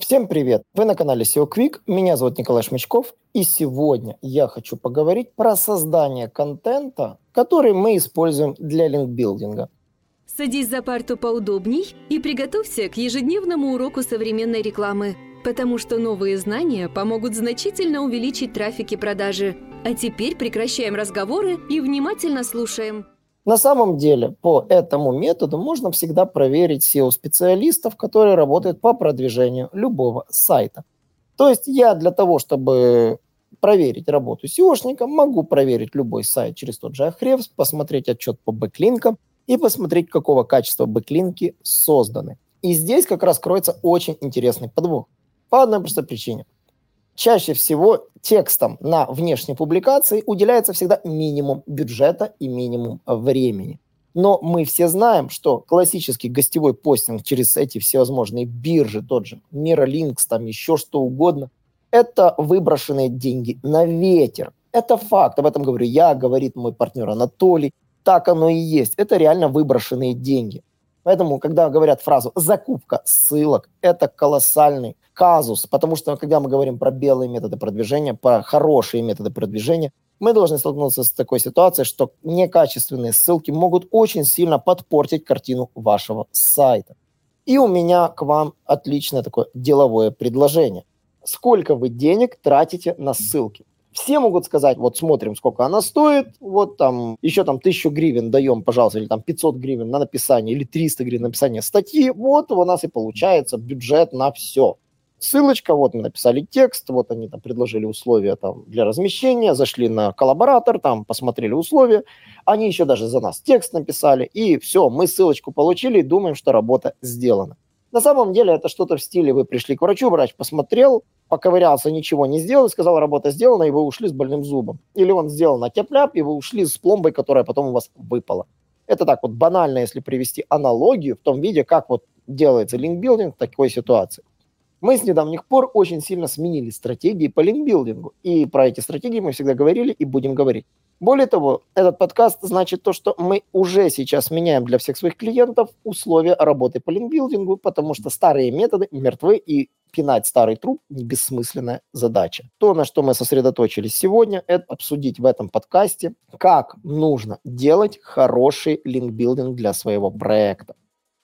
Всем привет! Вы на канале SEO Quick, меня зовут Николай Шмычков, и сегодня я хочу поговорить про создание контента, который мы используем для линкбилдинга. Садись за парту поудобней и приготовься к ежедневному уроку современной рекламы, потому что новые знания помогут значительно увеличить трафик и продажи. А теперь прекращаем разговоры и внимательно слушаем. На самом деле, по этому методу можно всегда проверить SEO-специалистов, которые работают по продвижению любого сайта. То есть я для того, чтобы проверить работу SEOшника, могу проверить любой сайт через тот же Ahrefs, посмотреть отчет по бэклинкам и посмотреть, какого качества бэклинки созданы. И здесь как раз кроется очень интересный подвох. По одной простой причине. Чаще всего текстам на внешней публикации уделяется всегда минимум бюджета и минимум времени. Но мы все знаем, что классический гостевой постинг через эти всевозможные биржи, тот же Miralinks, там еще что угодно, это выброшенные деньги на ветер. Это факт, об этом говорю я, говорит мой партнер Анатолий. Так оно и есть. Это реально выброшенные деньги. Поэтому, когда говорят фразу «закупка ссылок», это колоссальный казус, потому что, когда мы говорим про белые методы продвижения, про хорошие методы продвижения, мы должны столкнуться с такой ситуацией, что некачественные ссылки могут очень сильно подпортить картину вашего сайта. И у меня к вам отличное такое деловое предложение. Сколько вы денег тратите на ссылки? Все могут сказать, вот смотрим, сколько она стоит, вот там еще там 1000 гривен даем, пожалуйста, или там 500 гривен на написание, или 300 гривен на написание статьи, вот у нас и получается бюджет на все. Ссылочка, вот мы написали текст, вот они там предложили условия там для размещения, зашли на коллаборатор, там посмотрели условия, они еще даже за нас текст написали, и все, мы ссылочку получили и думаем, что работа сделана. На самом деле это что-то в стиле: вы пришли к врачу, врач посмотрел, поковырялся, ничего не сделал, сказал, работа сделана, и вы ушли с больным зубом. Или он сделал на тяп-ляп, и вы ушли с пломбой, которая потом у вас выпала. Это так вот банально, если привести аналогию в том виде, как вот делается линкбилдинг в такой ситуации. Мы с недавних пор очень сильно сменили стратегии по линкбилдингу. И про эти стратегии мы всегда говорили и будем говорить. Более того, этот подкаст значит то, что мы уже сейчас меняем для всех своих клиентов условия работы по линкбилдингу, потому что старые методы мертвы, и пинать старый труп – не бессмысленная задача. То, на что мы сосредоточились сегодня, это обсудить в этом подкасте, как нужно делать хороший линкбилдинг для своего проекта.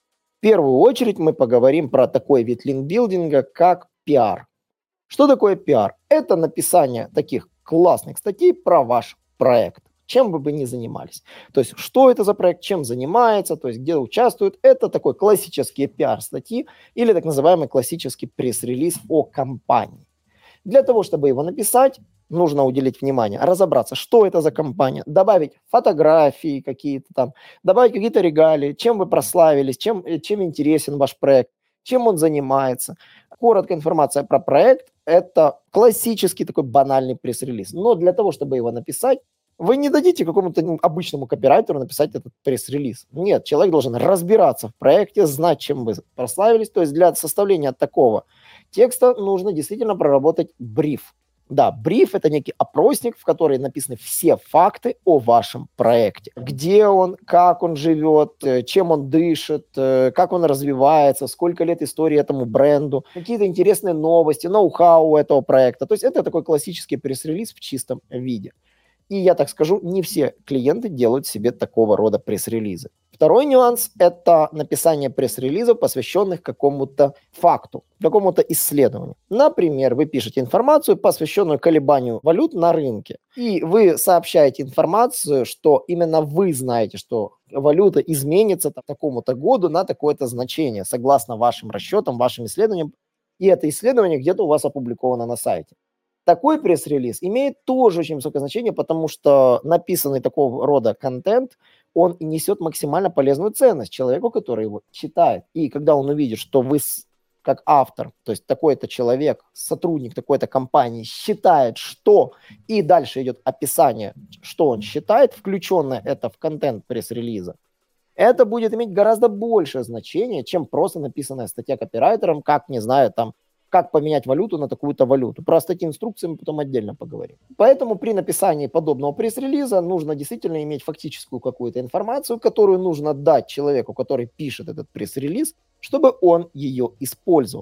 В первую очередь мы поговорим про такой вид линкбилдинга, как пиар. Что такое пиар? Это написание таких классных статей про ваш проект, чем вы бы ни занимались. То есть, что это за проект, чем занимается, то есть, где участвует. Это такой классические пиар-статьи или так называемый классический пресс-релиз о компании. Для того, чтобы его написать, нужно уделить внимание, разобраться, что это за компания, добавить фотографии какие-то там, добавить какие-то регалии, чем вы прославились, чем интересен ваш проект, чем он занимается. Короткая информация про проект – это классический такой банальный пресс-релиз. Но для того, чтобы его написать, вы не дадите какому-то обычному копирайтеру написать этот пресс-релиз. Нет, человек должен разбираться в проекте, знать, чем вы прославились. То есть для составления такого текста нужно действительно проработать бриф. Да, бриф – это некий опросник, в который написаны все факты о вашем проекте. Где он, как он живет, чем он дышит, как он развивается, сколько лет истории этому бренду, какие-то интересные новости, ноу-хау этого проекта. То есть это такой классический пресс-релиз в чистом виде. И я так скажу, не все клиенты делают себе такого рода пресс-релизы. Второй нюанс – это написание пресс-релизов, посвященных какому-то факту, какому-то исследованию. Например, вы пишете информацию, посвященную колебанию валют на рынке, и вы сообщаете информацию, что именно вы знаете, что валюта изменится к такому-то году на такое-то значение, согласно вашим расчетам, вашим исследованиям, и это исследование где-то у вас опубликовано на сайте. Такой пресс-релиз имеет тоже очень высокое значение, потому что написанный такого рода контент, он несет максимально полезную ценность человеку, который его читает. И когда он увидит, что вы как автор, то есть такой-то человек, сотрудник такой-то компании считает, что, и дальше идет описание, что он считает, включенное это в контент пресс-релиза, это будет иметь гораздо большее значение, чем просто написанная статья копирайтером, как, не знаю, там, как поменять валюту на такую-то валюту. Про статьи инструкции мы потом отдельно поговорим. Поэтому при написании подобного пресс-релиза нужно действительно иметь фактическую какую-то информацию, которую нужно дать человеку, который пишет этот пресс-релиз, чтобы он ее использовал.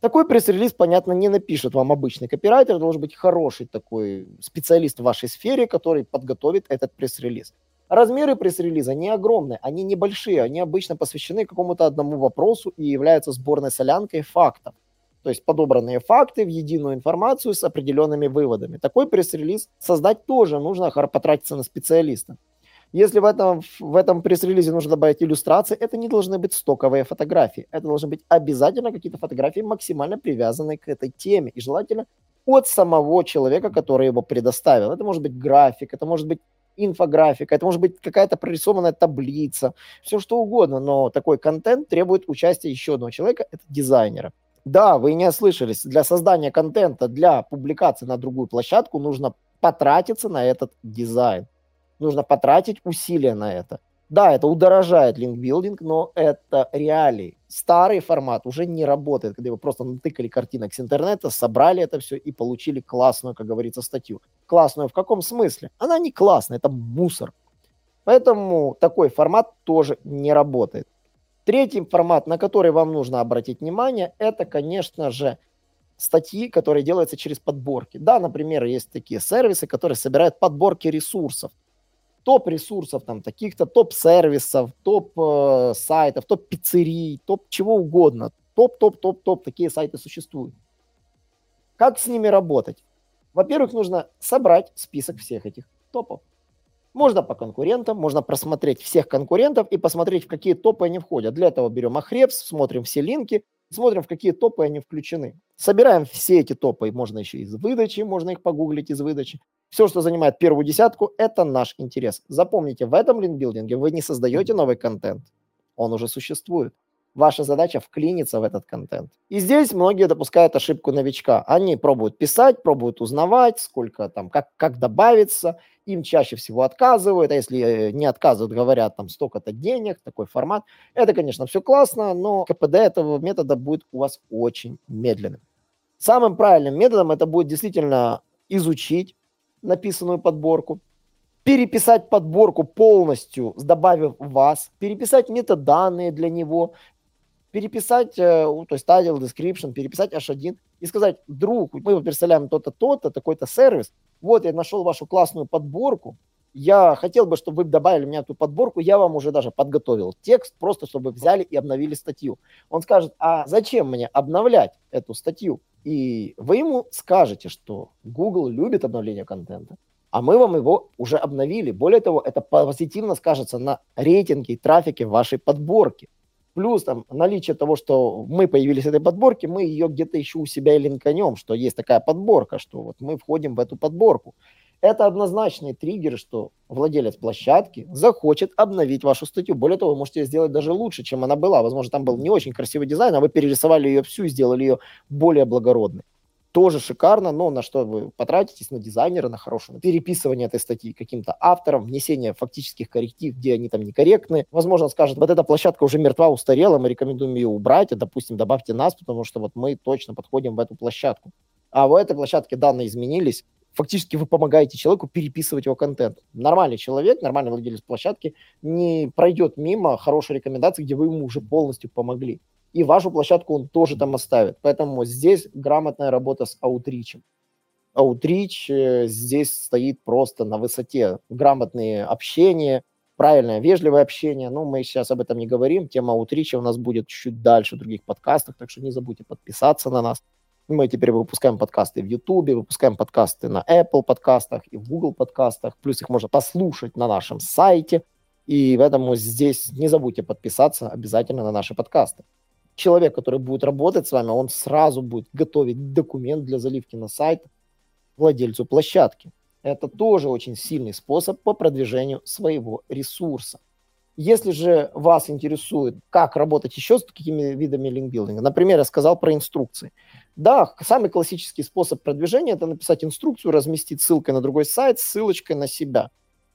Такой пресс-релиз, понятно, не напишет вам обычный копирайтер, должен быть хороший такой специалист в вашей сфере, который подготовит этот пресс-релиз. Размеры пресс-релиза не огромные, они небольшие, они обычно посвящены какому-то одному вопросу и являются сборной солянкой фактов. То есть подобранные факты в единую информацию с определенными выводами. Такой пресс-релиз создать тоже нужно потратиться на специалиста. Если в этом пресс-релизе нужно добавить иллюстрации, это не должны быть стоковые фотографии. Это должны быть обязательно какие-то фотографии, максимально привязанные к этой теме. И желательно от самого человека, который его предоставил. Это может быть график, это может быть инфографика, это может быть какая-то прорисованная таблица, все что угодно. Но такой контент требует участия еще одного человека, это дизайнера. Да, вы не ослышались. Для создания контента, для публикации на другую площадку нужно потратиться на этот дизайн. Нужно потратить усилия на это. Да, это удорожает линкбилдинг, но это реалии. Старый формат уже не работает, когда вы просто натыкали картинок с интернета, собрали это все и получили классную, как говорится, статью. Классную в каком смысле? Она не классная, это мусор. Поэтому такой формат тоже не работает. Третий формат, на который вам нужно обратить внимание, это, конечно же, статьи, которые делаются через подборки. Да, например, есть такие сервисы, которые собирают подборки ресурсов. Топ-ресурсов, там, таких-то топ-сервисов, топ-сайтов, топ-пиццерий, топ чего угодно. Топ, такие сайты существуют. Как с ними работать? Во-первых, нужно собрать список всех этих топов. Можно по конкурентам, можно просмотреть всех конкурентов и посмотреть, в какие топы они входят. Для этого берем Ahrefs, смотрим все линки, смотрим, в какие топы они включены. Собираем все эти топы, можно еще из выдачи, можно их погуглить из выдачи. Все, что занимает первую десятку, это наш интерес. Запомните, в этом линкбилдинге вы не создаете новый контент, он уже существует. Ваша задача вклиниться в этот контент. И здесь многие допускают ошибку новичка. Они пробуют писать, пробуют узнавать, сколько там, как добавиться. Им чаще всего отказывают, а если не отказывают, говорят там столько-то денег, такой формат. Это, конечно, все классно, но КПД этого метода будет у вас очень медленным. Самым правильным методом это будет действительно изучить написанную подборку, переписать подборку полностью, добавив вас, переписать метаданные для него, переписать, то есть title, description, переписать H1 и сказать: друг, мы представляем то-то, то-то, такой-то сервис, вот я нашел вашу классную подборку, я хотел бы, чтобы вы добавили мне эту подборку, я вам уже даже подготовил текст, просто чтобы вы взяли и обновили статью. Он скажет: а зачем мне обновлять эту статью? И вы ему скажете, что Google любит обновление контента, а мы вам его уже обновили. Более того, это позитивно скажется на рейтинге и трафике вашей подборки. Плюс там наличие того, что мы появились в этой подборке, мы ее где-то еще у себя и линканем, что есть такая подборка, что вот мы входим в эту подборку. Это однозначный триггер, что владелец площадки захочет обновить вашу статью. Более того, вы можете ее сделать даже лучше, чем она была. Возможно, там был не очень красивый дизайн, а вы перерисовали ее всю и сделали ее более благородной. Тоже шикарно, но на что вы потратитесь? На дизайнера, на хорошее переписывание этой статьи каким-то автором, внесение фактических корректив, где они там некорректны. Возможно, он скажет: вот эта площадка уже мертва, устарела, мы рекомендуем ее убрать, допустим, добавьте нас, потому что вот мы точно подходим в эту площадку. А в этой площадке данные изменились. Фактически вы помогаете человеку переписывать его контент. Нормальный человек, нормальный владелец площадки не пройдет мимо хорошей рекомендации, где вы ему уже полностью помогли. И вашу площадку он тоже там оставит. Поэтому здесь грамотная работа с аутричем. Аутрич здесь стоит просто на высоте. Грамотные общения, правильное, вежливое общение. Но мы сейчас об этом не говорим. Тема аутрича у нас будет чуть дальше в других подкастах, так что не забудьте подписаться на нас. Мы теперь выпускаем подкасты в YouTube, выпускаем подкасты на Apple подкастах и в Google подкастах. Плюс их можно послушать на нашем сайте. И поэтому здесь не забудьте подписаться обязательно на наши подкасты. Человек, который будет работать с вами, он сразу будет готовить документ для заливки на сайт владельцу площадки. Это тоже очень сильный способ по продвижению своего ресурса. Если же вас интересует, как работать еще с такими видами линкбилдинга, например, я сказал про инструкции. Да, самый классический способ продвижения – это написать инструкцию, разместить ссылкой на другой сайт, ссылочкой на себя.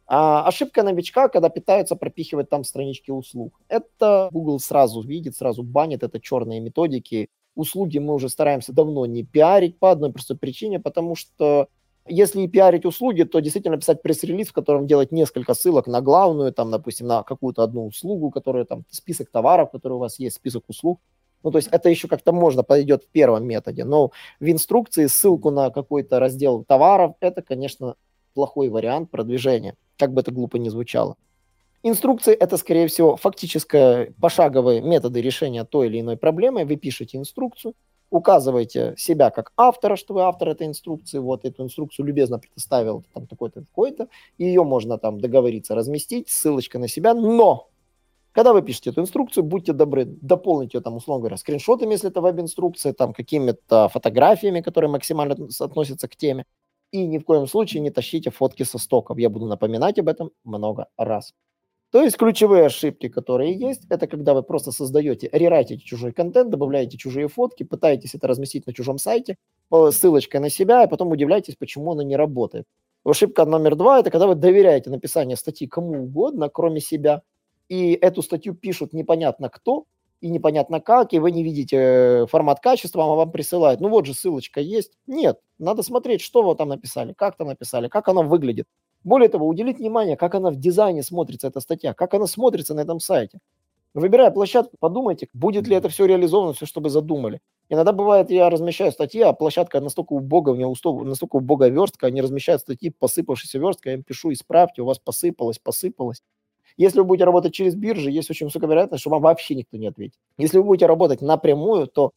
А ошибка новичка, когда пытаются пропихивать там странички услуг. Это Google сразу видит, сразу банит, это черные методики. Услуги мы уже стараемся давно не пиарить по одной простой причине, потому что если и пиарить услуги, то действительно писать пресс-релиз, в котором делать несколько ссылок на главную, там, допустим, на какую-то одну услугу, которая там, список товаров, которые у вас есть, список услуг. Ну, то есть это еще как-то можно, пойдет в первом методе, но в инструкции ссылку на какой-то раздел товаров, это, конечно, плохой вариант продвижения, как бы это глупо ни звучало. Инструкции – это, скорее всего, фактически пошаговые методы решения той или иной проблемы. Вы пишете инструкцию, указываете себя как автора, что вы автор этой инструкции, вот эту инструкцию любезно предоставил там такой-то, такой-то, и ее можно там договориться разместить, ссылочка на себя, но когда вы пишете эту инструкцию, будьте добры, дополните ее там, условно говоря, скриншотами, если это веб-инструкция, там какими-то фотографиями, которые максимально относятся к теме, и ни в коем случае не тащите фотки со стоков. Я буду напоминать об этом много раз. То есть ключевые ошибки, которые есть, это когда вы просто создаете, рерайтите чужой контент, добавляете чужие фотки, пытаетесь это разместить на чужом сайте, ссылочкой на себя, и потом удивляетесь, почему оно не работает. Ошибка номер 2 – это когда вы доверяете написание статьи кому угодно, кроме себя, и эту статью пишут непонятно кто и непонятно как, и вы не видите формат качества, а вам присылают. Ну вот же ссылочка есть. Нет, надо смотреть, что вы там написали, как оно выглядит. Более того, уделить внимание, как она в дизайне смотрится, эта статья, как она смотрится на этом сайте. Выбирая площадку, подумайте, будет ли это все реализовано, все, что вы задумали. Иногда бывает, я размещаю статьи, а площадка настолько убогая, у меня настолько убогая верстка, они размещают статьи, посыпавшейся версткой, я им пишу, исправьте, у вас посыпалось. Если вы будете работать через биржи, есть очень высокая вероятность, что вам вообще никто не ответит. Если вы будете работать напрямую, то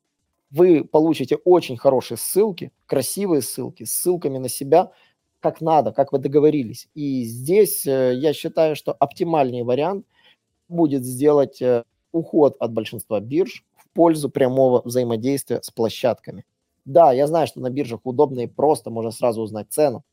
вы получите очень хорошие ссылки, красивые ссылки, с ссылками на себя, как надо, как вы договорились. И здесь я считаю, что оптимальный вариант будет сделать уход от большинства бирж в пользу прямого взаимодействия с площадками. Да, я знаю, что на биржах удобно и просто, можно сразу узнать цену,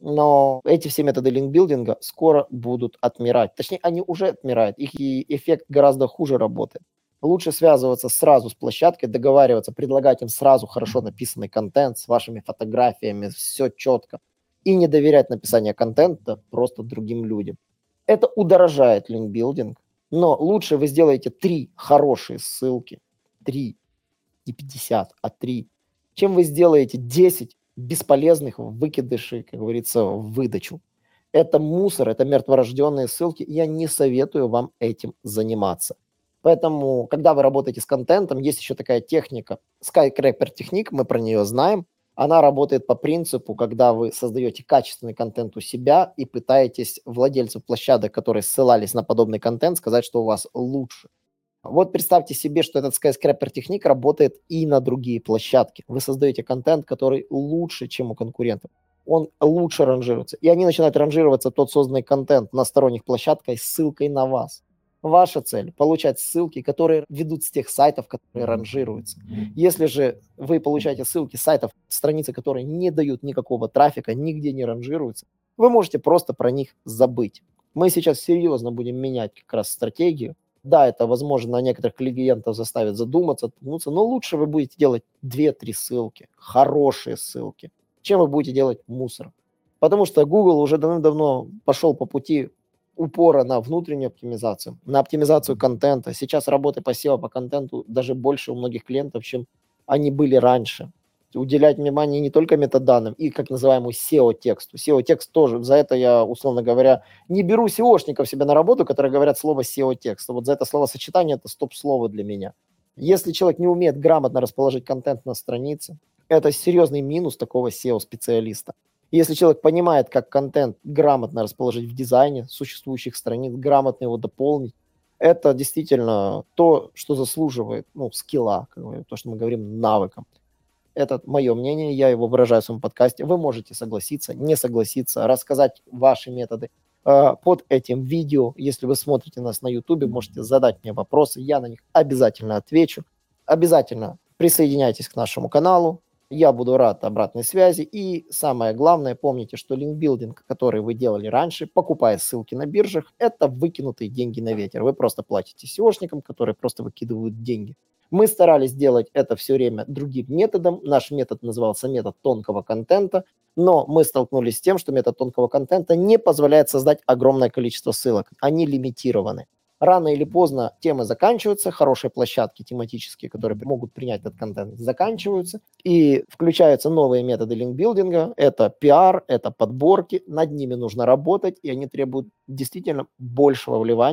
но эти все методы линкбилдинга скоро будут отмирать. Точнее, они уже отмирают, их и эффект гораздо хуже работает. Лучше связываться сразу с площадкой, договариваться, предлагать им сразу хорошо написанный контент с вашими фотографиями, все четко. И не доверять написанию контента просто другим людям. Это удорожает линкбилдинг, но лучше вы сделаете 3 хорошие ссылки, 3, не 50, а 3, чем вы сделаете 10 бесполезных выкидышей, как говорится, в выдачу. Это мусор, это мертворожденные ссылки, и я не советую вам этим заниматься. Поэтому, когда вы работаете с контентом, есть еще такая техника, Skycraper техник, мы про нее знаем. Она работает по принципу, когда вы создаете качественный контент у себя и пытаетесь владельцев площадок, которые ссылались на подобный контент, сказать, что у вас лучше. Вот представьте себе, что этот Skyscraper техник работает и на другие площадки. Вы создаете контент, который лучше, чем у конкурентов. Он лучше ранжируется. И они начинают ранжироваться, тот созданный контент на сторонних площадках с ссылкой на вас. Ваша цель – получать ссылки, которые ведут с тех сайтов, которые ранжируются. Если же вы получаете ссылки с сайтов, страницы, которые не дают никакого трафика, нигде не ранжируются, вы можете просто про них забыть. Мы сейчас серьезно будем менять как раз стратегию. Да, это, возможно, на некоторых клиентов заставит задуматься, оттолкнуться, но лучше вы будете делать 2-3 ссылки, хорошие ссылки, чем вы будете делать мусор. Потому что Google уже давным-давно пошел по пути упора на внутреннюю оптимизацию, на оптимизацию контента. Сейчас работы по SEO, по контенту даже больше у многих клиентов, чем они были раньше. Уделять внимание не только метаданным и как называемому SEO-тексту. SEO-текст тоже, за это я, условно говоря, не беру SEOшников себе на работу, которые говорят слово SEO-текст. Вот за это словосочетание это стоп-слово для меня. Если человек не умеет грамотно расположить контент на странице, это серьезный минус такого SEO-специалиста. Если человек понимает, как контент грамотно расположить в дизайне существующих страниц, грамотно его дополнить, это действительно то, что заслуживает скилла, то, что мы говорим, навыком. Это мое мнение, я его выражаю в своем подкасте. Вы можете согласиться, не согласиться, рассказать ваши методы под этим видео. Если вы смотрите нас на YouTube, можете задать мне вопросы, я на них обязательно отвечу. Обязательно присоединяйтесь к нашему каналу. Я буду рад обратной связи. И самое главное, помните, что линкбилдинг, который вы делали раньше, покупая ссылки на биржах, это выкинутые деньги на ветер. Вы просто платите SEOшникам, которые просто выкидывают деньги. Мы старались делать это все время другим методом. Наш метод назывался метод тонкого контента, но мы столкнулись с тем, что метод тонкого контента не позволяет создать огромное количество ссылок. Они лимитированы. Рано или поздно темы заканчиваются, хорошие площадки тематические, которые могут принять этот контент, заканчиваются, и включаются новые методы линкбилдинга. Это пиар, это подборки, над ними нужно работать, и они требуют действительно большего вливания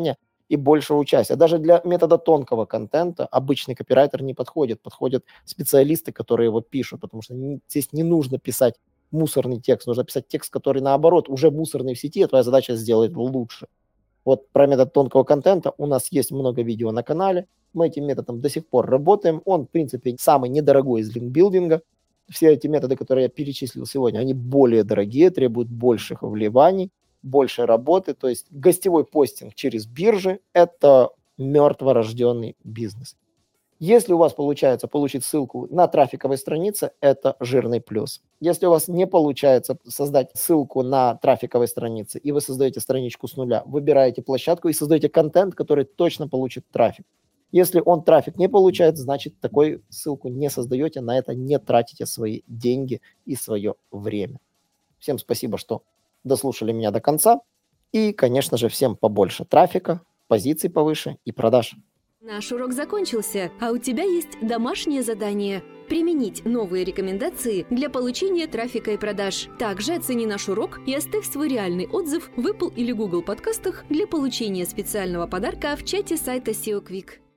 и большего участия. Даже для метода тонкого контента обычный копирайтер не подходит. Подходят специалисты, которые его пишут, потому что здесь не нужно писать мусорный текст, нужно писать текст, который, наоборот, уже мусорный в сети, а твоя задача сделать его лучше. Вот про метод тонкого контента у нас есть много видео на канале, мы этим методом до сих пор работаем, он, в принципе, самый недорогой из линкбилдинга. Все эти методы, которые я перечислил сегодня, они более дорогие, требуют больших вливаний, больше работы, то есть гостевой постинг через биржи – это мертворожденный бизнес. Если у вас получается получить ссылку на трафиковой странице, это жирный плюс. Если у вас не получается создать ссылку на трафиковой странице, и вы создаете страничку с нуля, выбираете площадку и создаете контент, который точно получит трафик. Если он трафик не получает, значит, такую ссылку не создаете, на это не тратите свои деньги и свое время. Всем спасибо, что дослушали меня до конца. И, конечно же, всем побольше трафика, позиций повыше и продаж. Наш урок закончился, а у тебя есть домашнее задание – применить новые рекомендации для получения трафика и продаж. Также оцени наш урок и оставь свой реальный отзыв в Apple или Google подкастах для получения специального подарка в чате сайта SEO Quick.